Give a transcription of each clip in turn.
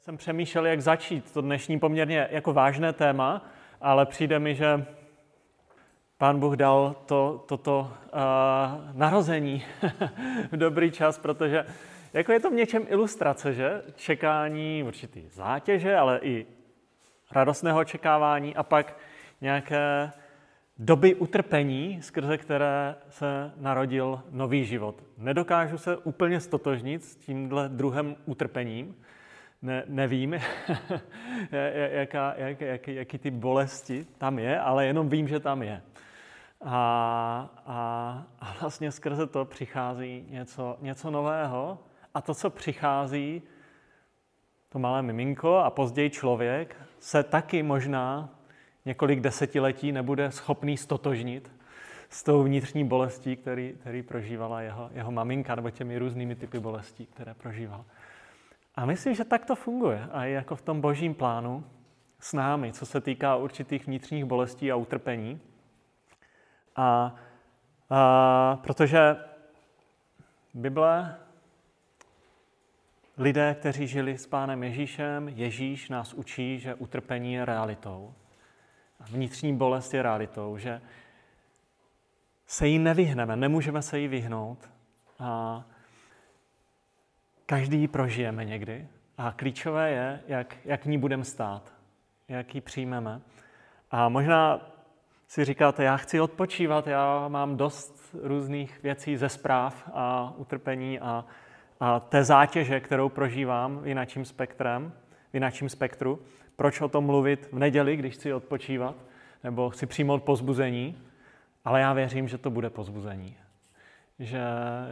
Jsem přemýšlel, jak začít to dnešní poměrně jako vážné téma, ale přijde mi, že Pán Bůh dal toto narození v dobrý čas, protože jako je to v něčem ilustrace, že? Čekání určitý zátěže, ale i radostného očekávání a pak nějaké doby utrpení, skrze které se narodil nový život. Nedokážu se úplně stotožnit s tímhle druhem utrpením. Nevím, jaký ty bolesti tam je, ale jenom vím, že tam je. A vlastně skrze to přichází něco nového. A to, co přichází, to malé miminko a později člověk, se taky možná několik desetiletí nebude schopný stotožnit s tou vnitřní bolestí, který prožívala jeho maminka, nebo těmi různými typy bolestí, které prožíval. A myslím, že tak to funguje. A i jako v tom božím plánu s námi, co se týká určitých vnitřních bolestí a utrpení. Protože Bible, lidé, kteří žili s Pánem Ježíšem, Ježíš nás učí, že utrpení je realitou. A vnitřní bolest je realitou, že se jí nevyhneme, nemůžeme se jí vyhnout. A každý ji prožijeme někdy. A klíčové je, jak v ní budeme stát, jak ji přijmeme. A možná si říkáte, já chci odpočívat, já mám dost různých věcí ze zpráv a utrpení a té zátěže, kterou prožívám v jináčím spektru. Proč o tom mluvit v neděli, když chci odpočívat, nebo chci přijmout povzbuzení, ale já věřím, že to bude povzbuzení. Že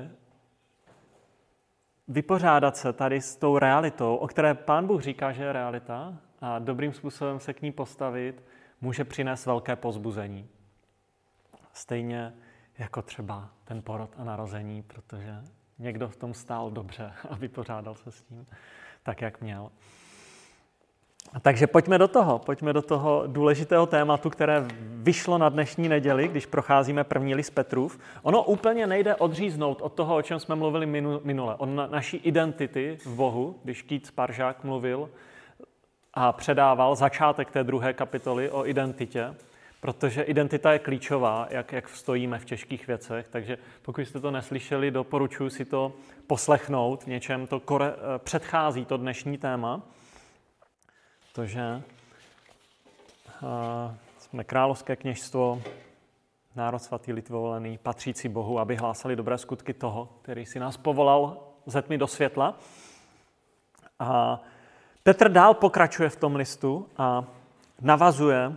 vypořádat se tady s tou realitou, o které Pán Bůh říká, že je realita, a dobrým způsobem se k ní postavit, může přinést velké povzbuzení. Stejně jako třeba ten porod a narození, protože někdo v tom stál dobře a vypořádal se s tím tak, jak měl. Takže pojďme do toho důležitého tématu, které vyšlo na dnešní neděli, když procházíme první list Petrův. Ono úplně nejde odříznout od toho, o čem jsme mluvili minule, od naší identity v Bohu, když Keith Sparžák mluvil a předával začátek té druhé kapitoly o identitě, protože identita je klíčová, jak stojíme v těžkých věcech, takže pokud jste to neslyšeli, doporučuji si to poslechnout, v něčem to předchází to dnešní téma. Protože jsme královské kněžstvo, národ svatý, lid volený, patřící Bohu, aby hlásali dobré skutky toho, který si nás povolal ze tmy do světla. A Petr dál pokračuje v tom listu a navazuje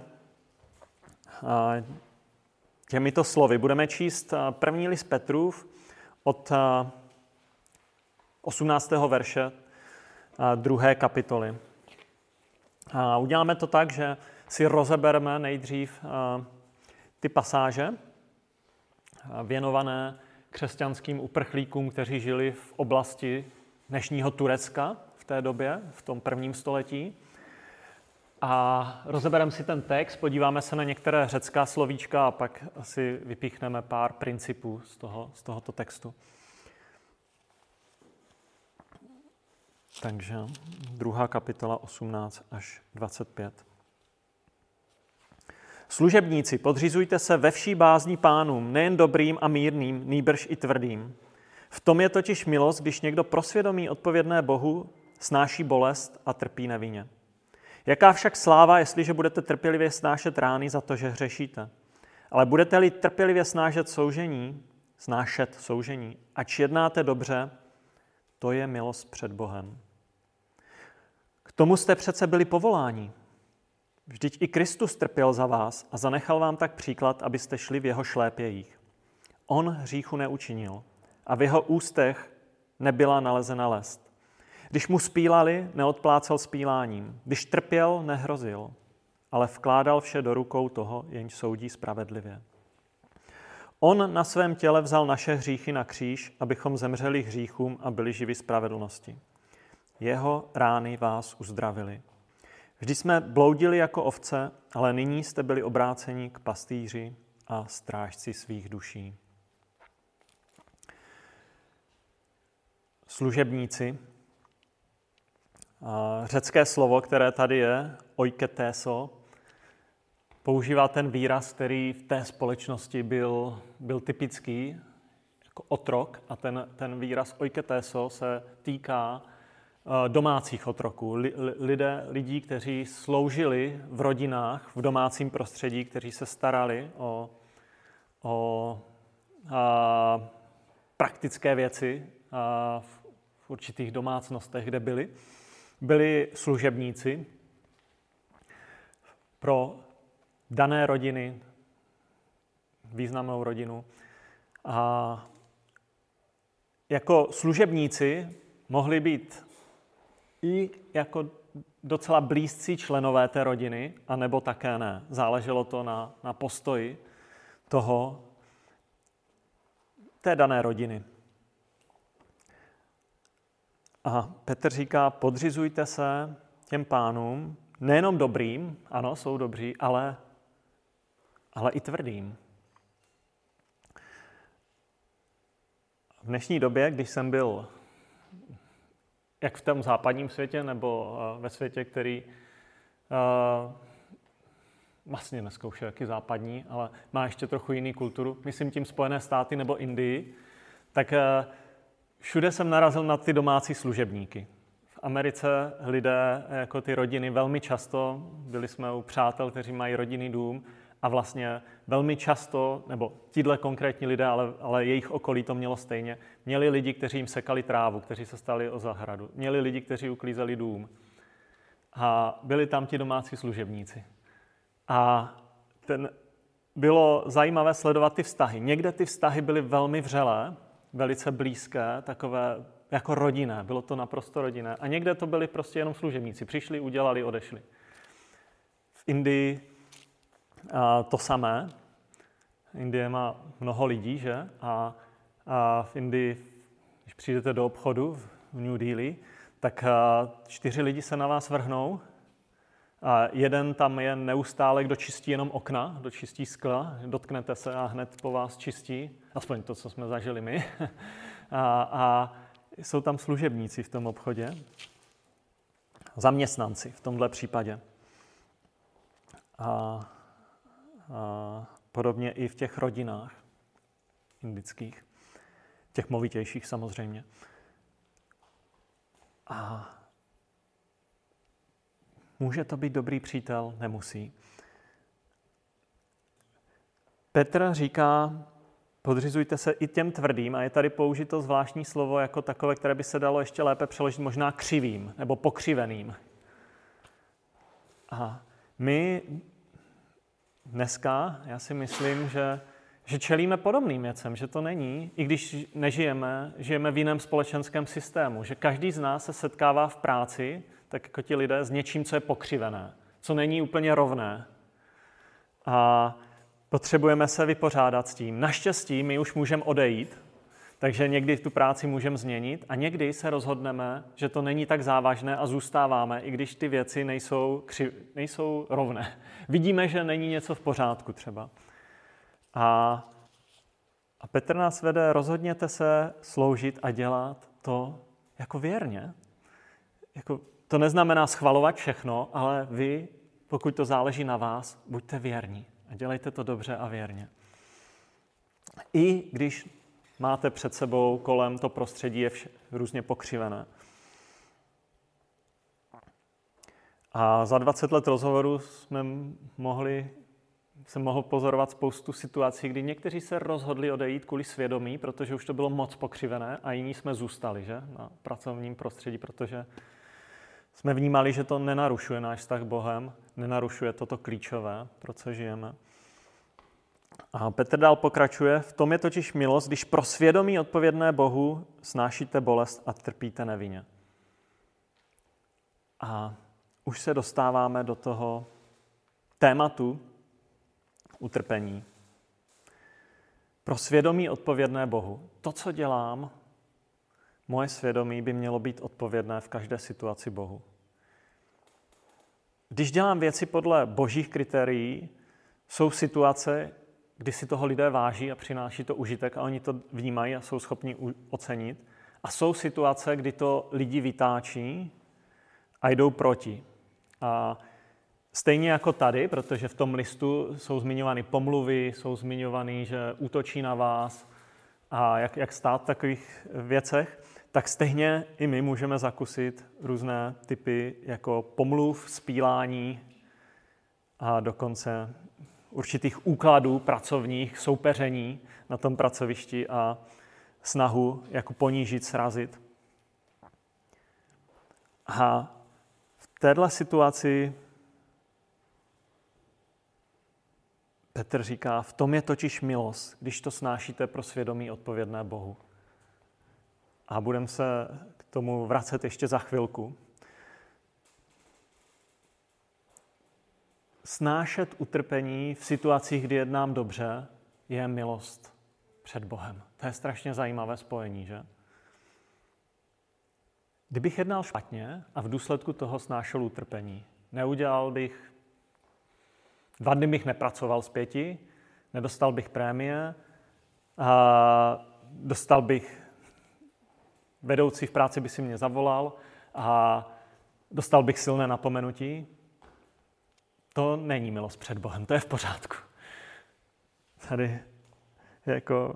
těmito slovy. Budeme číst první list Petrův od 18. verše 2. kapitoly. A uděláme to tak, že si rozebereme nejdřív ty pasáže věnované křesťanským uprchlíkům, kteří žili v oblasti dnešního Turecka v té době, v tom prvním století. A rozebereme si ten text, podíváme se na některé řecká slovíčka a pak si vypíchneme pár principů z tohoto textu. Takže 2. kapitola 18 až 25. Služebníci, podřizujte se ve vší bázni pánům, nejen dobrým a mírným, nýbrž i tvrdým. V tom je totiž milost, když někdo pro svědomí odpovědné Bohu snáší bolest a trpí nevinně. Jaká však sláva, jestliže budete trpělivě snášet rány za to, že hřešíte. Ale budete-li trpělivě snášet soužení, ač jednáte dobře, to je milost před Bohem. K tomu jste přece byli povoláni. Vždyť i Kristus trpěl za vás a zanechal vám tak příklad, abyste šli v jeho šlépějích. On hříchu neučinil a v jeho ústech nebyla nalezena lest. Když mu spílali, neodplácel spíláním. Když trpěl, nehrozil, ale vkládal vše do rukou toho, jenž soudí spravedlivě. On na svém těle vzal naše hříchy na kříž, abychom zemřeli hříchům a byli živi spravedlnosti. Jeho rány vás uzdravily. Vždy jsme bloudili jako ovce, ale nyní jste byli obráceni k pastýři a strážci svých duší. Služebníci řecké slovo, které tady je, oiketéso, používá ten výraz, který v té společnosti byl typický, jako otrok, a ten výraz oiketéso se týká domácích otroků, lidí, kteří sloužili v rodinách, v domácím prostředí, kteří se starali o praktické věci v určitých domácnostech, kde byli služebníci pro dané rodiny, významnou rodinu. A jako služebníci mohli být i jako docela blízcí členové té rodiny, anebo také ne. Záleželo to na postoji té dané rodiny. A Petr říká, podřizujte se těm pánům, nejenom dobrým, ano, jsou dobří, ale i tvrdým. V dnešní době, když jsem byl jak v tom západním světě, nebo ve světě, který vlastně neskoušel jaký západní, ale má ještě trochu jiný kulturu, myslím tím Spojené státy nebo Indii, tak všude jsem narazil na ty domácí služebníky. V Americe lidé, jako ty rodiny, velmi často, byli jsme u přátel, kteří mají rodinný dům, a vlastně velmi často, nebo tíhle konkrétní lidé, ale jejich okolí to mělo stejně, měli lidi, kteří jim sekali trávu, kteří se starali o zahradu, měli lidi, kteří uklízeli dům. A byli tam ti domácí služebníci. A bylo zajímavé sledovat ty vztahy. Někde ty vztahy byly velmi vřelé, velice blízké, takové jako rodinné, bylo to naprosto rodinné. A někde to byli prostě jenom služebníci. Přišli, udělali, odešli. V Indii to samé. Indie má mnoho lidí, že? A v Indii, když přijdete do obchodu v New Delhi, tak 4 lidi se na vás vrhnou. A jeden tam je neustále, kdo čistí jenom okna, kdo čistí skla, dotknete se a hned po vás čistí, aspoň to, co jsme zažili my. A jsou tam služebníci v tom obchodě, zaměstnanci v tomhle případě. A podobně i v těch rodinách indických, těch movitějších samozřejmě. A může to být dobrý přítel? Nemusí. Petr říká, podřizujte se i těm tvrdým, a je tady použito zvláštní slovo jako takové, které by se dalo ještě lépe přeložit možná křivým nebo pokřiveným. A my dneska, já si myslím, že čelíme podobným věcem, že to není, i když žijeme v jiném společenském systému, že každý z nás se setkává v práci, tak jako ti lidé, s něčím, co je pokřivené, co není úplně rovné. A potřebujeme se vypořádat s tím. Naštěstí my už můžeme odejít, takže někdy tu práci můžeme změnit a někdy se rozhodneme, že to není tak závažné a zůstáváme, i když ty věci nejsou rovné. Vidíme, že není něco v pořádku třeba. A Petr nás vede, rozhodněte se sloužit a dělat to jako věrně. To neznamená schvalovat všechno, ale vy, pokud to záleží na vás, buďte věrní a dělejte to dobře a věrně. I když máte před sebou kolem to prostředí je různě pokřivené. A za 20 let rozhovoru jsem mohl pozorovat spoustu situací, kdy někteří se rozhodli odejít kvůli svědomí, protože už to bylo moc pokřivené, a jiní jsme zůstali, že? Na pracovním prostředí, protože jsme vnímali, že to nenarušuje náš vztah s Bohem, nenarušuje toto klíčové, pro co žijeme. A Petr dál pokračuje, v tom je totiž milost, když pro svědomí odpovědné Bohu snášíte bolest a trpíte nevinně. A už se dostáváme do toho tématu utrpení. Pro svědomí odpovědné Bohu. To, co dělám, moje svědomí by mělo být odpovědné v každé situaci Bohu. Když dělám věci podle božích kritérií, jsou situace, kdy si toho lidé váží a přináší to užitek a oni to vnímají a jsou schopni ocenit. A jsou situace, kdy to lidi vytáčí a jdou proti. A stejně jako tady, protože v tom listu jsou zmiňovány pomluvy, jsou zmiňovány, že útočí na vás a jak stát v takových věcech, tak stejně i my můžeme zakusit různé typy jako pomluv, spílání a dokonce určitých úkladů pracovních, soupeření na tom pracovišti a snahu jako ponížit, srazit. A v této situaci Petr říká, v tom je totiž milost, když to snášíte pro svědomí odpovědné Bohu. A budeme se k tomu vracet ještě za chvilku. Snášet utrpení v situacích, kdy jednám dobře, je milost před Bohem. To je strašně zajímavé spojení, že? Kdybych jednal špatně a v důsledku toho snášel utrpení, neudělal bych, 2 dny bych nepracoval z 5, nedostal bych prémie, a dostal bych, vedoucí v práci by si mě zavolal a dostal bych silné napomenutí. To není milost před Bohem, to je v pořádku. Tady jako,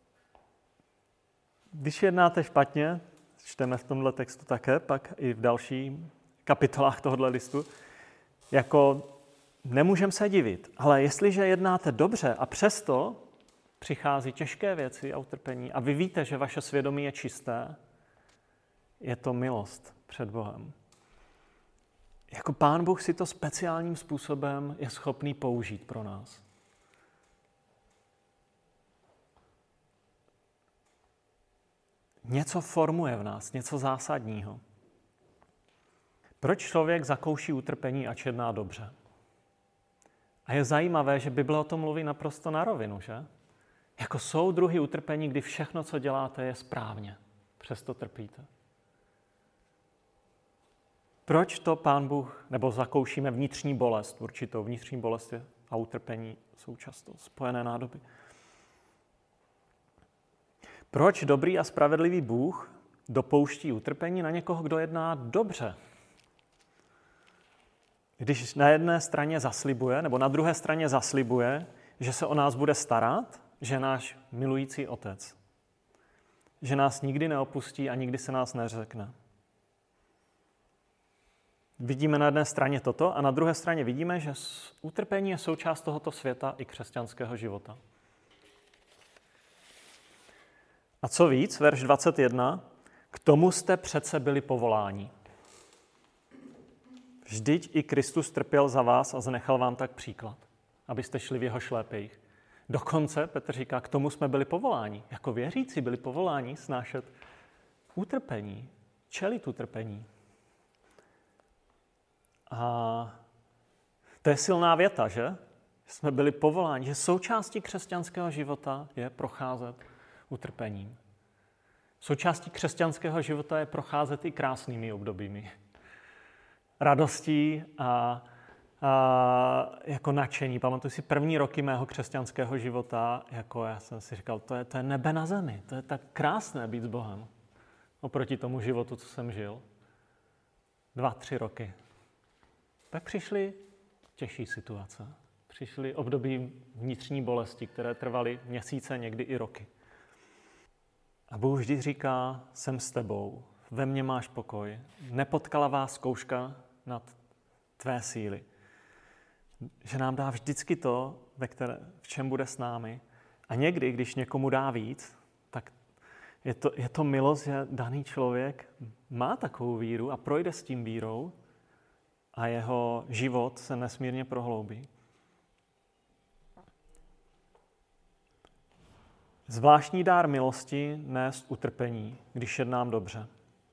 když jednáte špatně, čteme v tomhle textu také, pak i v dalších kapitolách tohoto listu, jako nemůžeme se divit, ale jestliže jednáte dobře a přesto přichází těžké věci a utrpení a vy víte, že vaše svědomí je čisté, je to milost před Bohem. Jako Pán Bůh si to speciálním způsobem je schopný použít pro nás. Něco formuje v nás, něco zásadního. Proč člověk zakouší utrpení, ač jedná dobře? A je zajímavé, že Bible o tom mluví naprosto na rovinu, že? Jako jsou druhy utrpení, kdy všechno, co děláte, je správně. Přesto trpíte. Proč to Pán Bůh, nebo zakoušíme vnitřní bolest, určitou vnitřní bolest a utrpení jsou často spojené nádoby. Proč dobrý a spravedlivý Bůh dopouští utrpení na někoho, kdo jedná dobře? Když na jedné straně zaslibuje, nebo na druhé straně zaslibuje, že se o nás bude starat, že je náš milující otec. Že nás nikdy neopustí a nikdy se nás neřekne. Vidíme na jedné straně toto a na druhé straně vidíme, že utrpení je součást tohoto světa i křesťanského života. A co víc, verš 21, k tomu jste přece byli povoláni. Vždyť i Kristus trpěl za vás a zanechal vám tak příklad, abyste šli v jeho šlépějích. Dokonce, Petr říká, k tomu jsme byli povoláni. Jako věřící byli povoláni snášet utrpení, čelit utrpení. A to je silná věta, že? Jsme byli povoláni, že součástí křesťanského života je procházet utrpením. Součástí křesťanského života je procházet i krásnými obdobími. Radostí a jako nadšení. Pamatuju si první roky mého křesťanského života, jako já jsem si říkal, to je nebe na zemi, to je tak krásné být s Bohem. Oproti tomu životu, co jsem žil. 2-3 roky. Pak přišly těžší situace. Přišly období vnitřní bolesti, které trvaly měsíce, někdy i roky. A Bůh vždy říká, jsem s tebou, ve mně máš pokoj, nepotkala vás zkouška nad tvé síly. Že nám dá vždycky to, v čem bude s námi. A někdy, když někomu dá víc, tak je to milost, že daný člověk má takovou víru a projde s tím vírou a jeho život se nesmírně prohloubí. Zvláštní dár milosti nést utrpení, když jednám dobře.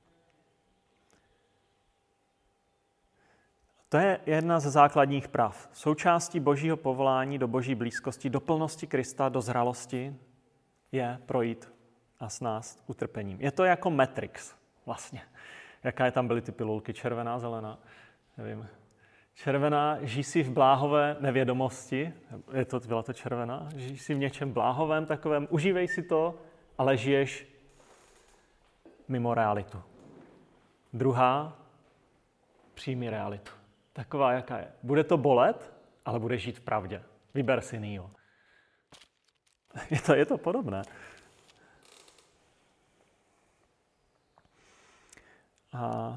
To je jedna ze základních prav. Součástí božího povolání do boží blízkosti, do plnosti Krista, do zralosti je projít a snást utrpením. Je to jako Matrix vlastně. Jaké tam byly ty pilulky? Červená, zelená? Nevím. Červená, žij si v bláhové nevědomosti. Byla to červená? Žij si v něčem bláhovém takovém, užívej si to, ale žiješ mimo realitu. Druhá, Přijmi realitu. Taková, jaká je. Bude to bolet, ale budeš žít v pravdě. Vyber si jinýho. Je to podobné. A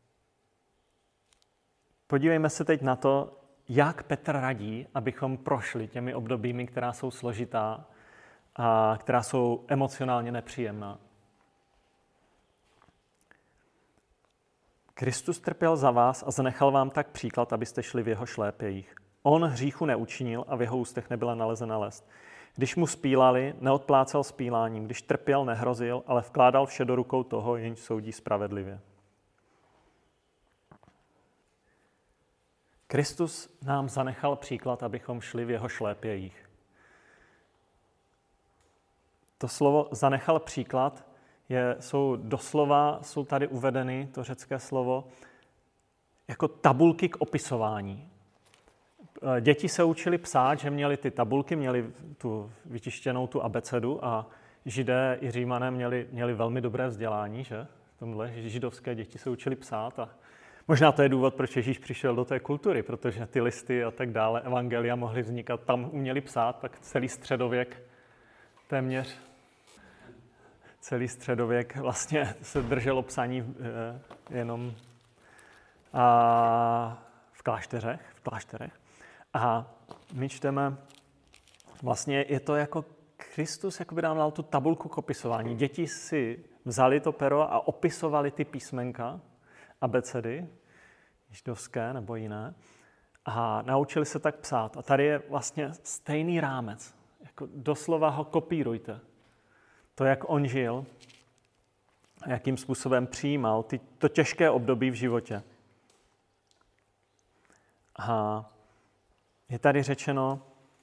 podívejme se teď na to, jak Petr radí, abychom prošli těmi obdobími, která jsou složitá a která jsou emocionálně nepříjemná. Kristus trpěl za vás a zanechal vám tak příklad, abyste šli v jeho šlépějích. On hříchu neučinil a v jeho ústech nebyla nalezena lest. Když mu spílali, neodplácel spíláním. Když trpěl, nehrozil, ale vkládal vše do rukou toho, jenž soudí spravedlivě. Kristus nám zanechal příklad, abychom šli v jeho šlépějích. To slovo zanechal příklad jsou tady uvedeny, to řecké slovo, jako tabulky k opisování. Děti se učili psát, že měli ty tabulky, měli tu vytištěnou tu abecedu a Židé i Římané měli velmi dobré vzdělání, že? Že židovské děti se učili psát a možná to je důvod, proč Ježíš přišel do té kultury, protože ty listy a tak dále, evangelia mohly vznikat, tam uměli psát, pak celý středověk téměř celý středověk vlastně se drželo psaní jenom v klášterech. A my čteme, vlastně je to jako Kristus jakoby nám dal tu tabulku k opisování. Děti si vzali to pero a opisovali ty písmenka, abecedy, židovské nebo jiné, a naučili se tak psát. A tady je vlastně stejný rámec. Jako doslova ho kopírujte. To, jak on žil, jakým způsobem přijímal to těžké období v životě. A je tady řečeno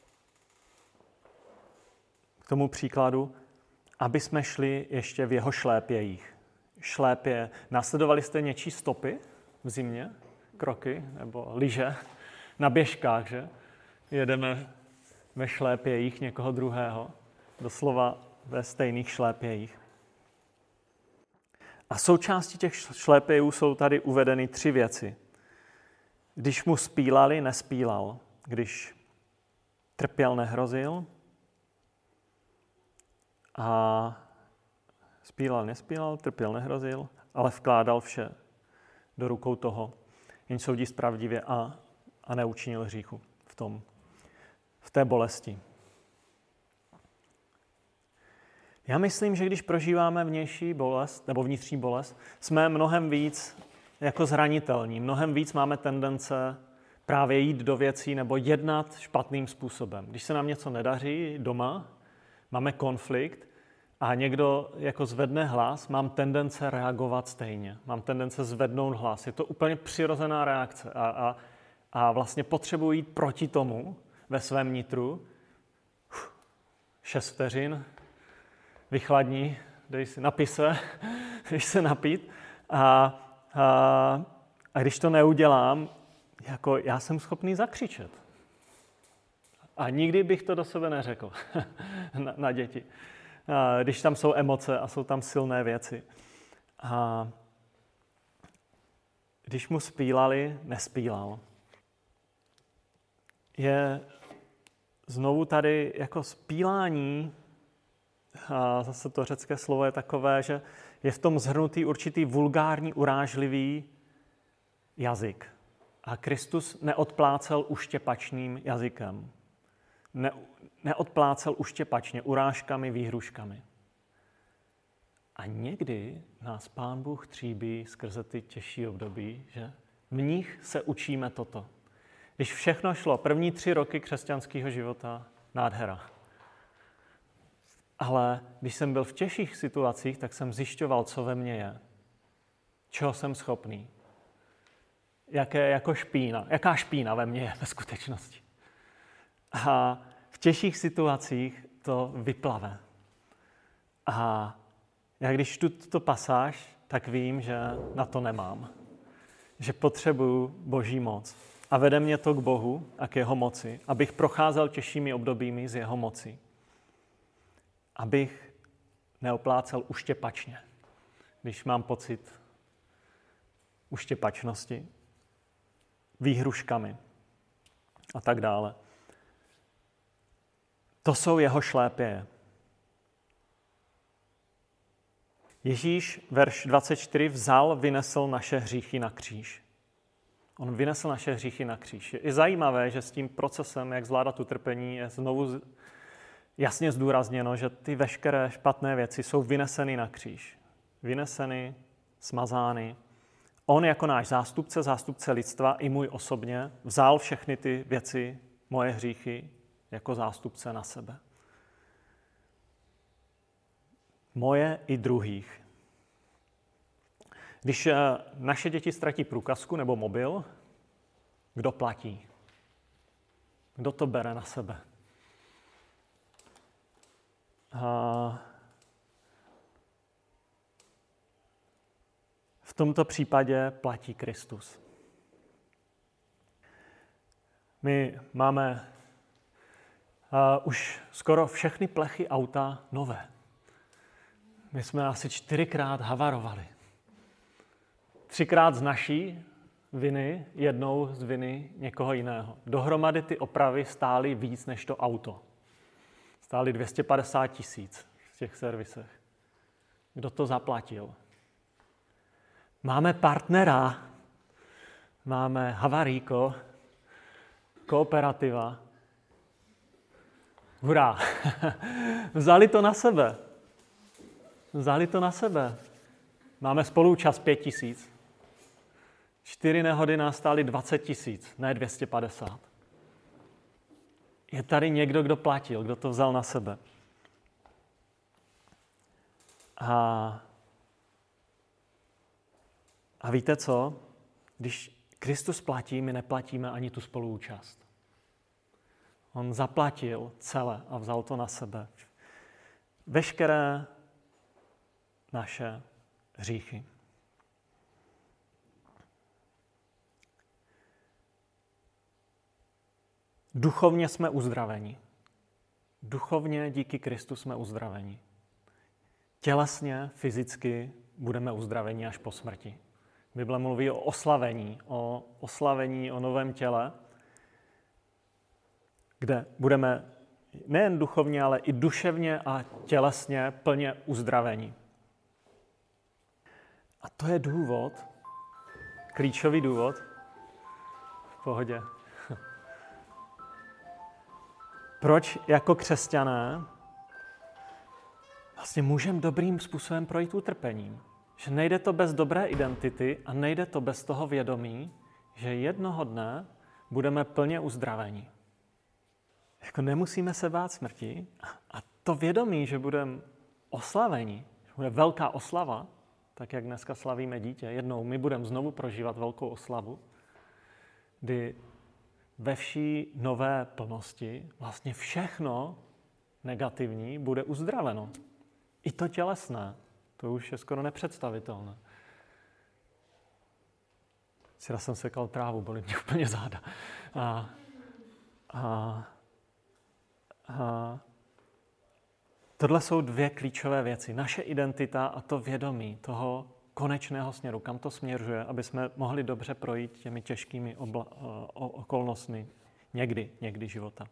k tomu příkladu, aby jsme šli ještě v jeho šlépějích. Šlépě. Následovali jste něčí stopy v zimě? Kroky nebo lyže na běžkách, že? Jedeme ve šlépějích někoho druhého. Doslova ve stejných šlépějích. A součástí těch šlépějů jsou tady uvedeny 3 věci. Když mu spílali, nespílal. Když trpěl, nehrozil. A spílal, nespílal, trpěl, nehrozil, ale vkládal vše do rukou toho, jenž soudí spravedlivě a neučinil hříchu v té bolesti. Já myslím, že když prožíváme vnější bolest nebo vnitřní bolest, jsme mnohem víc jako zranitelní. Mnohem víc máme tendence právě jít do věcí nebo jednat špatným způsobem. Když se nám něco nedaří doma, máme konflikt a někdo jako zvedne hlas, mám tendence reagovat stejně. Mám tendence zvednout hlas. Je to úplně přirozená reakce a vlastně potřebuji jít proti tomu ve svém nitru. 6 vteřin, vychladni, napij se, když se napít. A když to neudělám, jako já jsem schopný zakřičet. A nikdy bych to do sebe neřekl na děti. Když tam jsou emoce a jsou tam silné věci. A když mu spílali, nespílal. Je znovu tady jako spílání, a zase to řecké slovo je takové, že je v tom shrnutý určitý vulgární, urážlivý jazyk. A Kristus neodplácel uštěpačným jazykem. Neodplácel uštěpačně, urážkami, výhruškami. A někdy nás Pán Bůh tříbí skrze ty těžší období, že v nich se učíme toto. Když všechno šlo, první 3 roky křesťanského života, nádhera. Ale když jsem byl v těžších situacích, tak jsem zjišťoval, co ve mně je. Čeho jsem schopný. Jaká špína ve mně je ve skutečnosti. A v těžších situacích to vyplave. A já když čtu tuto pasáž, tak vím, že na to nemám. Že potřebuju Boží moc. A vede mě to k Bohu a k jeho moci, abych procházel těžšími obdobími z jeho moci. Abych neoplácel uštěpačně, když mám pocit uštěpačnosti. výhruškami a tak dále. To jsou jeho šlépěje. Ježíš, verš 24, vynesl naše hříchy na kříž. On vynesl naše hříchy na kříž. Je zajímavé, že s tím procesem, jak zvládat utrpení, je znovu jasně zdůrazněno, že ty veškeré špatné věci jsou vyneseny na kříž. Vyneseny, smazány. On jako náš zástupce lidstva i můj osobně, vzal všechny ty věci, moje hříchy, jako zástupce na sebe. Moje i druhých. Když naše děti ztratí průkazku nebo mobil, kdo platí? Kdo to bere na sebe? V tomto případě platí Kristus. My máme už skoro všechny plechy auta nové. My jsme asi 4krát havarovali. 3krát z naší viny, jednou z viny někoho jiného. Dohromady ty opravy stály víc než to auto. Stály 250 000 v těch servisech. Kdo to zaplatil? Máme partnera, máme Havaríko, Kooperativa. Hurá! Vzali to na sebe. Vzali to na sebe. Máme spoluúčast 5 000. 4 nehody nás stály 20 000, ne 250. Je tady někdo, kdo platil, kdo to vzal na sebe. A víte co? Když Kristus platí, my neplatíme ani tu spoluúčast. On zaplatil celé a vzal to na sebe. Veškeré naše hříchy. Duchovně jsme uzdraveni. Duchovně díky Kristu jsme uzdraveni. Tělesně, fyzicky budeme uzdraveni až po smrti. Bible mluví o oslavení, o novém těle, kde budeme nejen duchovně, ale i duševně a tělesně plně uzdraveni. A to je důvod, klíčový důvod, v pohodě, proč jako křesťané vlastně můžeme dobrým způsobem projít utrpením. Že nejde to bez dobré identity a nejde to bez toho vědomí, že jednoho dne budeme plně uzdraveni. Jako nemusíme se bát smrti a to vědomí, že budeme oslaveni, že bude velká oslava, tak jak dneska slavíme dítě, jednou my budeme znovu prožívat velkou oslavu, kdy ve vší nové plnosti vlastně všechno negativní bude uzdraveno. I to tělesné. To už je skoro nepředstavitelné. Včera jsem sekal trávu, bolí mě úplně záda. Tohle jsou dvě klíčové věci. Naše identita a to vědomí toho konečného směru, kam to směřuje, aby jsme mohli dobře projít těmi těžkými okolnostmi někdy života.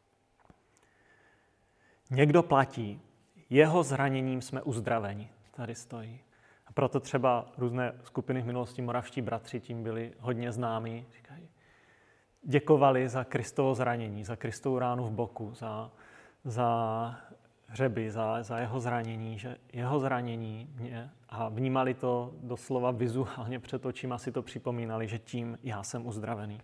Někdo platí, jeho zraněním jsme uzdraveni. Tady stojí. A proto třeba různé skupiny v minulosti, moravští bratři, tím byli hodně známí. Říkají, děkovali za Kristovo zranění, za Kristovu ránu v boku, za hřeby, za jeho zranění, že jeho zranění mě, a vnímali to doslova vizuálně před očima, si to připomínali, že tím já jsem uzdravený.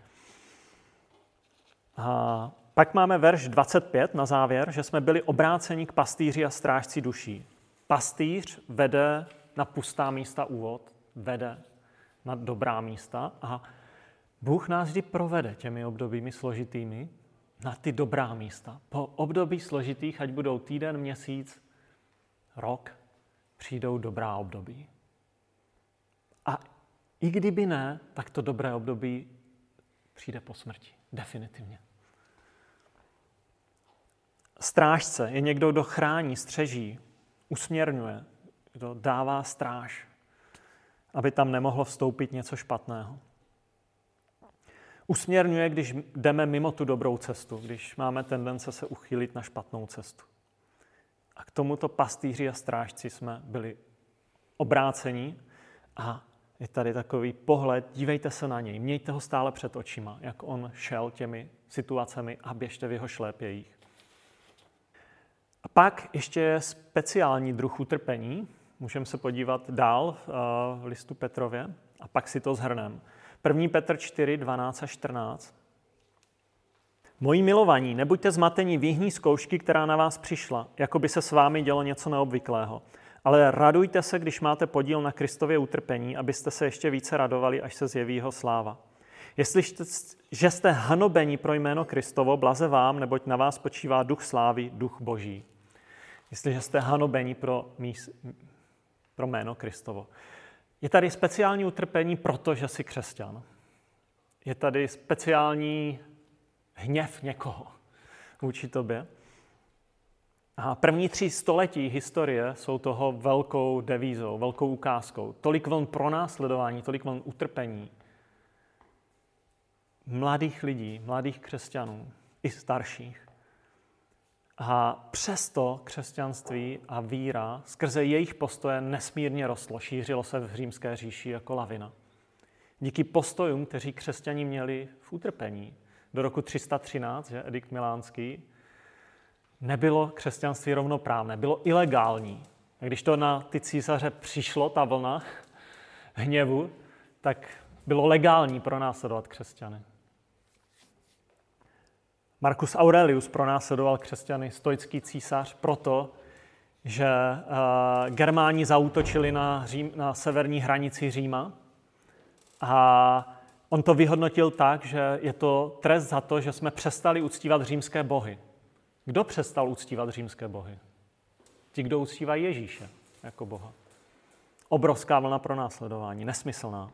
A pak máme verš 25 na závěr, že jsme byli obráceni k pastýři a strážci duší. Pastýř vede na pustá místa úvod, vede na dobrá místa a Bůh nás vždy provede těmi obdobími složitými na ty dobrá místa. Po období složitých, ať budou týden, měsíc, rok, přijdou dobrá období. A i kdyby ne, tak to dobré období přijde po smrti. Definitivně. Strážce je někdo, kdo chrání, střeží, usměrňuje, kdo dává stráž, aby tam nemohlo vstoupit něco špatného. usměrňuje, když jdeme mimo tu dobrou cestu, když máme tendence se uchýlit na špatnou cestu. A k tomuto pastýři a strážci jsme byli obrácení a je tady takový pohled, dívejte se na něj, mějte ho stále před očima, jak on šel těmi situacemi a běžte v jeho šlépějích. A pak ještě je speciální druh utrpení, můžeme se podívat dál v listu Petrově a pak si to shrneme. 1. Petr 4, 12 a 14. Moji milovaní, nebuďte zmateni výhní zkoušky, která na vás přišla, jako by se s vámi dělo něco neobvyklého. Ale radujte se, když máte podíl na Kristově utrpení, abyste se ještě více radovali, až se zjeví jeho sláva. Jestliže jste hanobeni pro jméno Kristovo, blaze vám, neboť na vás počívá duch slávy, duch boží. Jestliže jste hanobeni pro jméno Kristovo. Je tady speciální utrpení, protože jsi křesťan. Je tady speciální hněv někoho vůči tobě. A první 3 století historie jsou toho velkou devízou, velkou ukázkou. Tolik vln pronásledování, tolik vln utrpení. Mladých lidí, mladých křesťanů, i starších. A přesto křesťanství a víra skrze jejich postoje nesmírně rostlo. Šířilo se v římské říši jako lavina. Díky postojům, kteří křesťani měli v utrpení. Do roku 313, že edikt milánský, nebylo křesťanství rovnoprávné, bylo ilegální. A když to na ty císaře přišlo, ta vlna hněvu, tak bylo legální pronásledovat křesťany. Marcus Aurelius pronásledoval křesťany, stoický císař, proto, že Germáni zaútočili na severní hranici Říma a on to vyhodnotil tak, že je to trest za to, že jsme přestali uctívat římské bohy. Kdo přestal uctívat římské bohy? Ti, kdo uctívají Ježíše jako Boha. Obrovská vlna pronásledování, nesmyslná.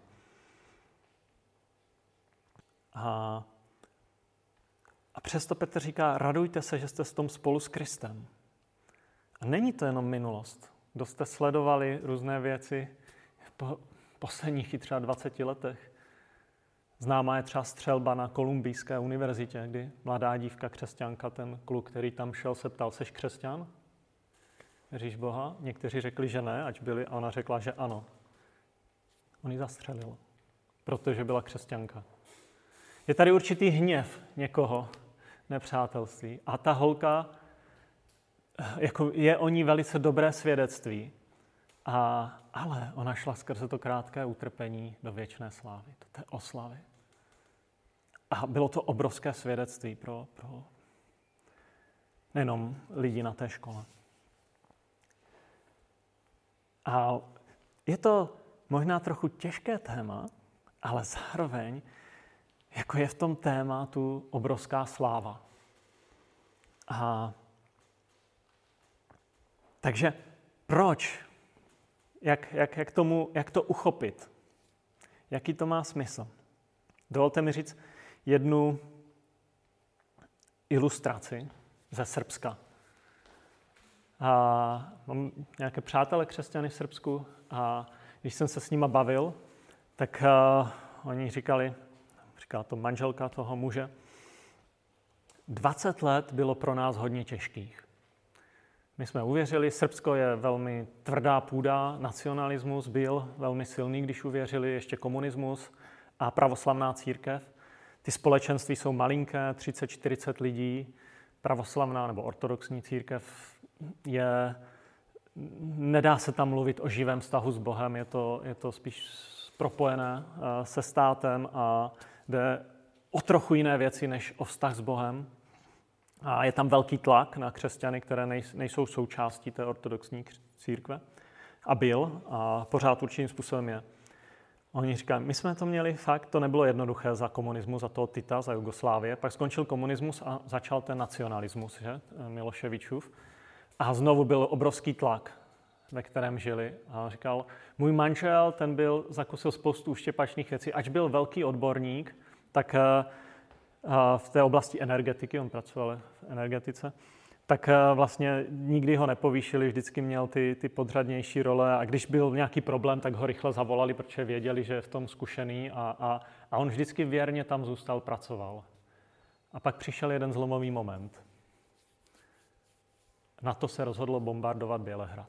A přesto Petr říká, radujte se, že jste s tom spolu s Kristem. A není to jenom minulost. Kdo jste sledovali různé věci po posledních třeba 20 letech. Známá je třeba střelba na Kolumbijské univerzitě, kdy mladá dívka křesťanka, ten kluk, který tam šel, se ptal, seš křesťan? Věříš Boha? Někteří řekli, že ne, ať byli, a ona řekla, že ano. On ji zastřelil, protože byla křesťanka. Je tady určitý hněv někoho, nepřátelství. A ta holka, jako je o ní velice dobré svědectví. Ale ona šla skrze to krátké utrpení do věčné slávy, do té oslavy. A bylo to obrovské svědectví pro nejenom lidi na té škole. A je to možná trochu těžké téma, ale zároveň jako je v tom tématu obrovská sláva. Takže proč? Jak to uchopit? Jaký to má smysl? Dovolte mi říct jednu ilustraci ze Srbska. Mám nějaké přátele křesťany v Srbsku a když jsem se s nima bavil, tak oni říkala to manželka toho muže, 20 let bylo pro nás hodně těžkých. My jsme uvěřili, Srbsko je velmi tvrdá půda, nacionalismus byl velmi silný, když uvěřili, ještě komunismus a pravoslavná církev. Ty společenství jsou malinké, 30-40 lidí, pravoslavná nebo ortodoxní církev nedá se tam mluvit o živém vztahu s Bohem, je to spíš propojené se státem a jde o trochu jiné věci než o vztah s Bohem. A je tam velký tlak na křesťany, které nejsou součástí té ortodoxní církve. A byl a pořád určitým způsobem je. Oni říkají, my jsme to měli fakt, to nebylo jednoduché za komunismu, za toho Tita, za Jugoslávie. Pak skončil komunismus a začal ten nacionalismus, že? Miloševičův. A znovu byl obrovský tlak, ve kterém žili. A říkal, můj manžel, ten zakusil spoustu uštěpačných věcí. Ač byl velký odborník, tak v té oblasti energetiky, on pracoval v energetice, tak vlastně nikdy ho nepovýšili, vždycky měl ty podřadnější role a když byl nějaký problém, tak ho rychle zavolali, protože věděli, že je v tom zkušený a A on vždycky věrně tam zůstal, pracoval. A pak přišel jeden zlomový moment. NATO se rozhodlo bombardovat Bělehrad.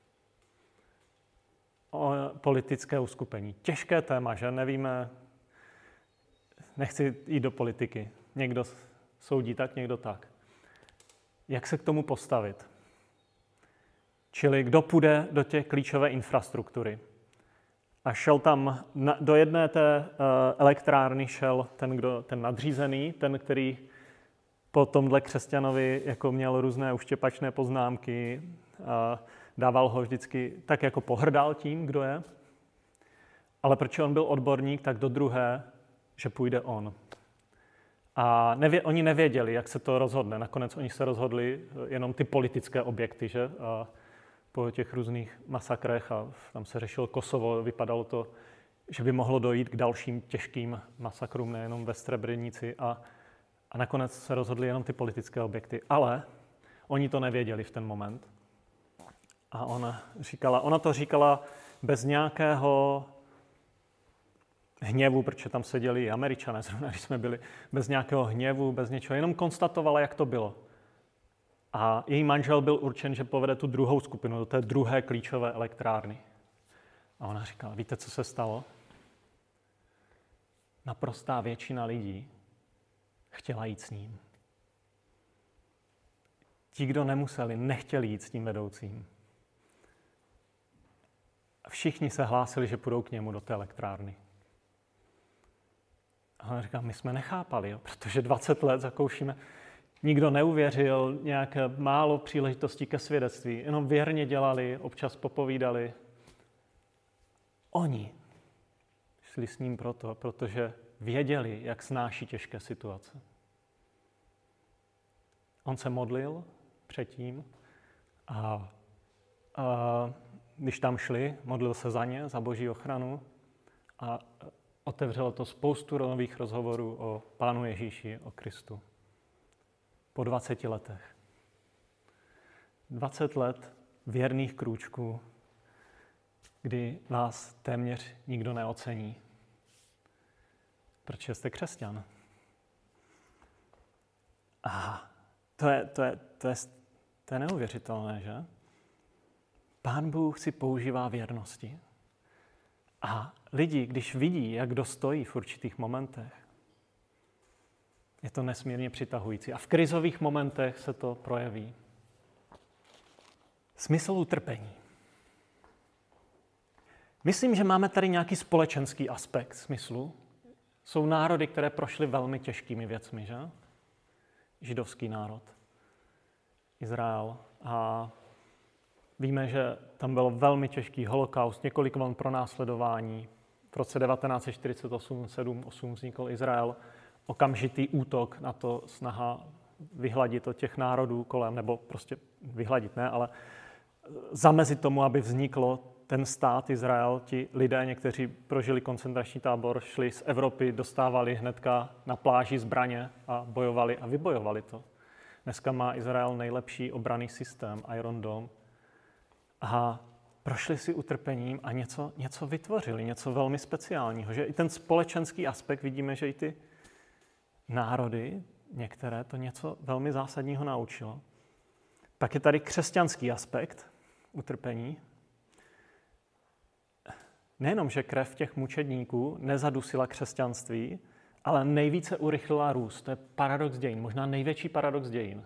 O politické uskupení. Těžké téma, že? Nevíme, nechci jít do politiky. Někdo soudí tak, někdo tak. Jak se k tomu postavit? Čili kdo půjde do těch klíčové infrastruktury? A šel tam, do jedné té elektrárny šel ten nadřízený, ten, který po tomhle křesťanovi jako měl různé uštěpačné poznámky, dával ho vždycky, tak jako pohrdal tím, kdo je. Ale protože on byl odborník, tak do druhé, že půjde on. A oni nevěděli, jak se to rozhodne. Nakonec oni se rozhodli jenom ty politické objekty, že? A po těch různých masakrech, a tam se řešilo Kosovo, vypadalo to, že by mohlo dojít k dalším těžkým masakrům, nejenom ve Srebrenici. A nakonec se rozhodli jenom ty politické objekty. Ale oni to nevěděli v ten moment. A ona to říkala bez nějakého hněvu, protože tam seděli i Američané, zrovna když jsme byli, bez nějakého hněvu, bez něčeho, jenom konstatovala, jak to bylo. A její manžel byl určen, že povede tu druhou skupinu, do té druhé klíčové elektrárny. A ona říkala, víte, co se stalo? Naprostá většina lidí chtěla jít s ním. Ti, kdo nemuseli, nechtěli jít s tím vedoucím. A všichni se hlásili, že půjdou k němu do té elektrárny. A ona říká, my jsme nechápali, protože 20 let zakoušíme. Nikdo neuvěřil, nějaké málo příležitostí ke svědectví, jenom věrně dělali, občas popovídali. Oni šli s ním protože věděli, jak snáší těžké situace. On se modlil předtím a když tam šli, modlil se za ně, za Boží ochranu a otevřelo to spoustu nových rozhovorů o Pánu Ježíši, o Kristu. Po 20 letech. 20 let věrných krůčků, kdy vás téměř nikdo neocení. Protože jste křesťan. A to je neuvěřitelné, že? Pán Bůh si používá věrnosti. A lidi, když vidí, jak kdo stojí v určitých momentech, je to nesmírně přitahující. A v krizových momentech se to projeví. Smysl utrpení. Myslím, že máme tady nějaký společenský aspekt smyslu. Jsou národy, které prošly velmi těžkými věcmi, že? Židovský národ, Izrael. A víme, že tam byl velmi těžký holokaust, několik vln pronásledování. V roce 1948, 7-8 vznikl Izrael. Okamžitý útok na to, snaha vyhladit od těch národů kolem, nebo prostě vyhladit ne, ale zamezit tomu, aby vzniklo ten stát Izrael. Ti lidé, někteří prožili koncentrační tábor, šli z Evropy, dostávali hnedka na pláži zbraně a bojovali a vybojovali to. Dneska má Izrael nejlepší obranný systém, Iron Dome. A prošli si utrpením a něco vytvořili, něco velmi speciálního. Že i ten společenský aspekt, vidíme, že i ty národy, některé, to něco velmi zásadního naučilo. Pak je tady křesťanský aspekt utrpení. Nejenom, že krev těch mučedníků nezadusila křesťanství, ale nejvíce urychlila růst. To je paradox dějin, možná největší paradox dějin.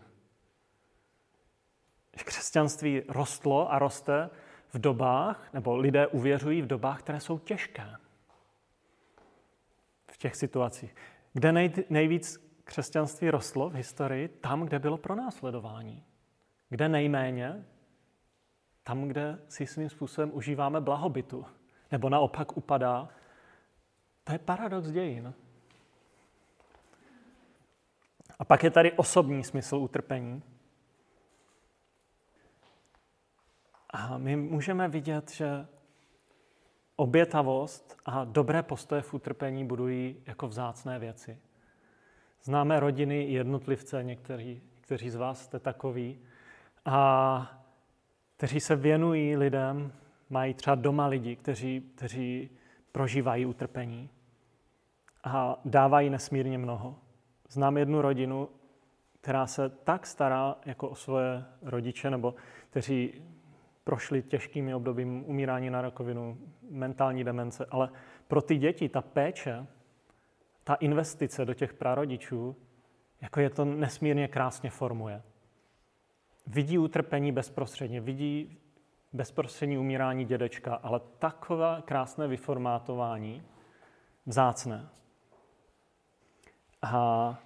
Křesťanství rostlo a roste v dobách, nebo lidé uvěřují v dobách, které jsou těžké. V těch situacích. Kde nejvíc křesťanství rostlo v historii? Tam, kde bylo pronásledování. Kde nejméně? Tam, kde si svým způsobem užíváme blahobytu. Nebo naopak upadá. To je paradox dějin. A pak je tady osobní smysl utrpení. A my můžeme vidět, že obětavost a dobré postoje v utrpení budují jako vzácné věci. Známe rodiny i jednotlivce, kteří z vás jste takoví, a kteří se věnují lidem, mají třeba doma lidi, kteří prožívají utrpení. a dávají nesmírně mnoho. Znám jednu rodinu, která se tak stará jako o svoje rodiče, nebo kteří prošli těžkými obdobím umírání na rakovinu, mentální demence, ale pro ty děti ta péče, ta investice do těch prarodičů, jako je to nesmírně krásně formuje. Vidí utrpení bezprostředně, vidí bezprostřední umírání dědečka, ale takové krásné vyformátování, vzácné. A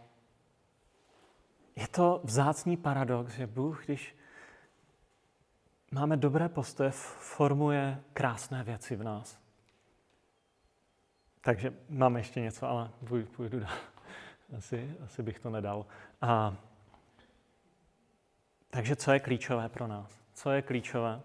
je to vzácný paradox, že Bůh, když máme dobré postoje, formuje krásné věci v nás. Takže máme ještě něco, ale půjdu dál. Asi bych to nedal. Takže co je klíčové pro nás? Co je klíčové?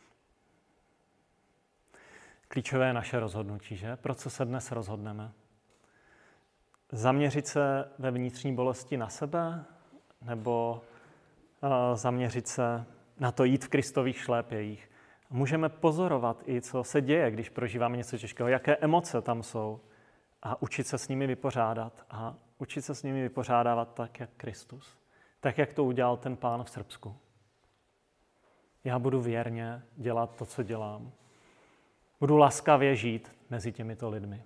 Klíčové je naše rozhodnutí, že? Pro co se dnes rozhodneme? Zaměřit se ve vnitřní bolesti na sebe? Nebo zaměřit se na to jít v Kristových šlépějích? Můžeme pozorovat i, co se děje, když prožíváme něco těžkého, jaké emoce tam jsou a učit se s nimi vypořádat a učit se s nimi vypořádávat tak, jak Kristus. Tak, jak to udělal ten Pán v Srbsku. Já budu věrně dělat to, co dělám. Budu laskavě žít mezi těmito lidmi.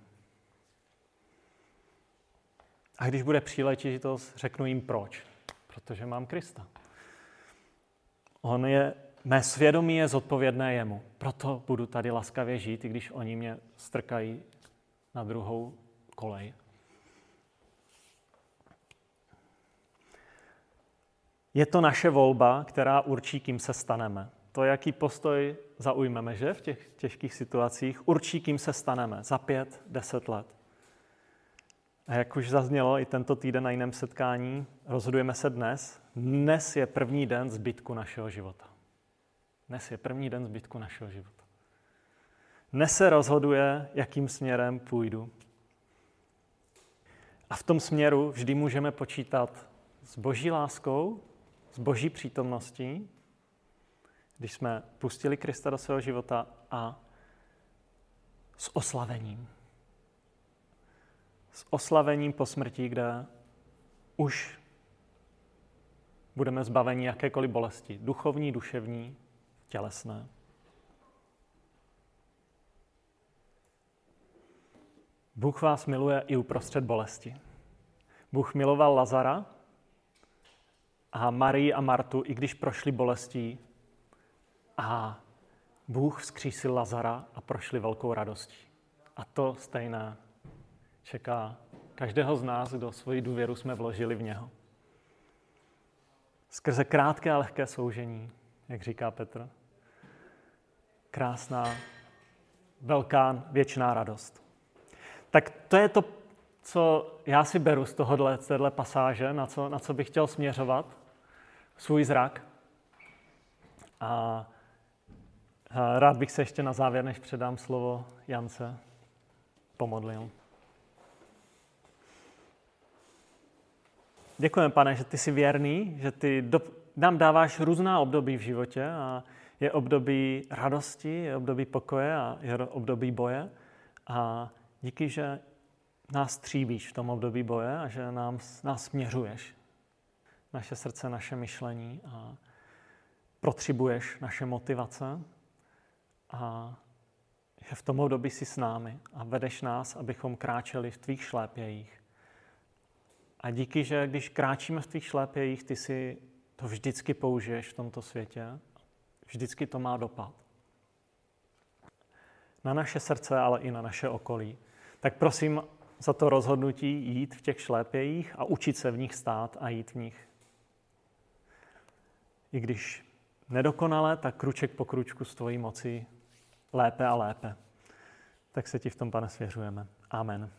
A když bude příležitost, řeknu jim proč. Protože mám Krista. Mé svědomí je zodpovědné jemu. Proto budu tady laskavě žít, i když oni mě strkají na druhou kolej. Je to naše volba, která určí, kým se staneme. To, jaký postoj zaujmeme, že v těch těžkých situacích, určí, kým se staneme za 5-10 let. A jak už zaznělo i tento týden na jiném setkání, rozhodujeme se dnes. Dnes je první den zbytku našeho života. Dnes je první den zbytku našeho života. Dnes se rozhoduje, jakým směrem půjdu. A v tom směru vždy můžeme počítat s Boží láskou, s Boží přítomností, když jsme pustili Krista do svého života, a s oslavením. S oslavením po smrti, kde už budeme zbaveni jakékoliv bolesti. Duchovní, duševní, tělesné. Bůh vás miluje i uprostřed bolesti. Bůh miloval Lazara a Marii a Martu, i když prošli bolestí, a Bůh vzkřísil Lazara a prošli velkou radostí. A to stejné čeká každého z nás, kdo svoji důvěru jsme vložili v něho. Skrze krátké a lehké soužení, jak říká Petr. Krásná, velká, věčná radost. Tak to je to, co já si beru z téhle pasáže, na co bych chtěl směřovat svůj zrak. A rád bych se ještě na závěr, než předám slovo Jance, pomodlil. Děkujeme, Pane, že ty jsi věrný, že ty nám dáváš různá období v životě a je období radosti, je období pokoje a je období boje. A díky, že nás tříbíš v tom období boje a že nás směřuješ. Naše srdce, naše myšlení a protřibuješ naše motivace a že v tom období jsi s námi a vedeš nás, abychom kráčeli v tvých šlépějích. A díky, že když kráčíme v tvých šlépějích, ty si to vždycky použiješ v tomto světě. Vždycky to má dopad. Na naše srdce, ale i na naše okolí. Tak prosím za to rozhodnutí jít v těch šlépějích a učit se v nich stát a jít v nich. I když nedokonale, tak kruček po kručku s tvojí mocí lépe a lépe. Tak se ti v tom, Pane, svěřujeme. Amen.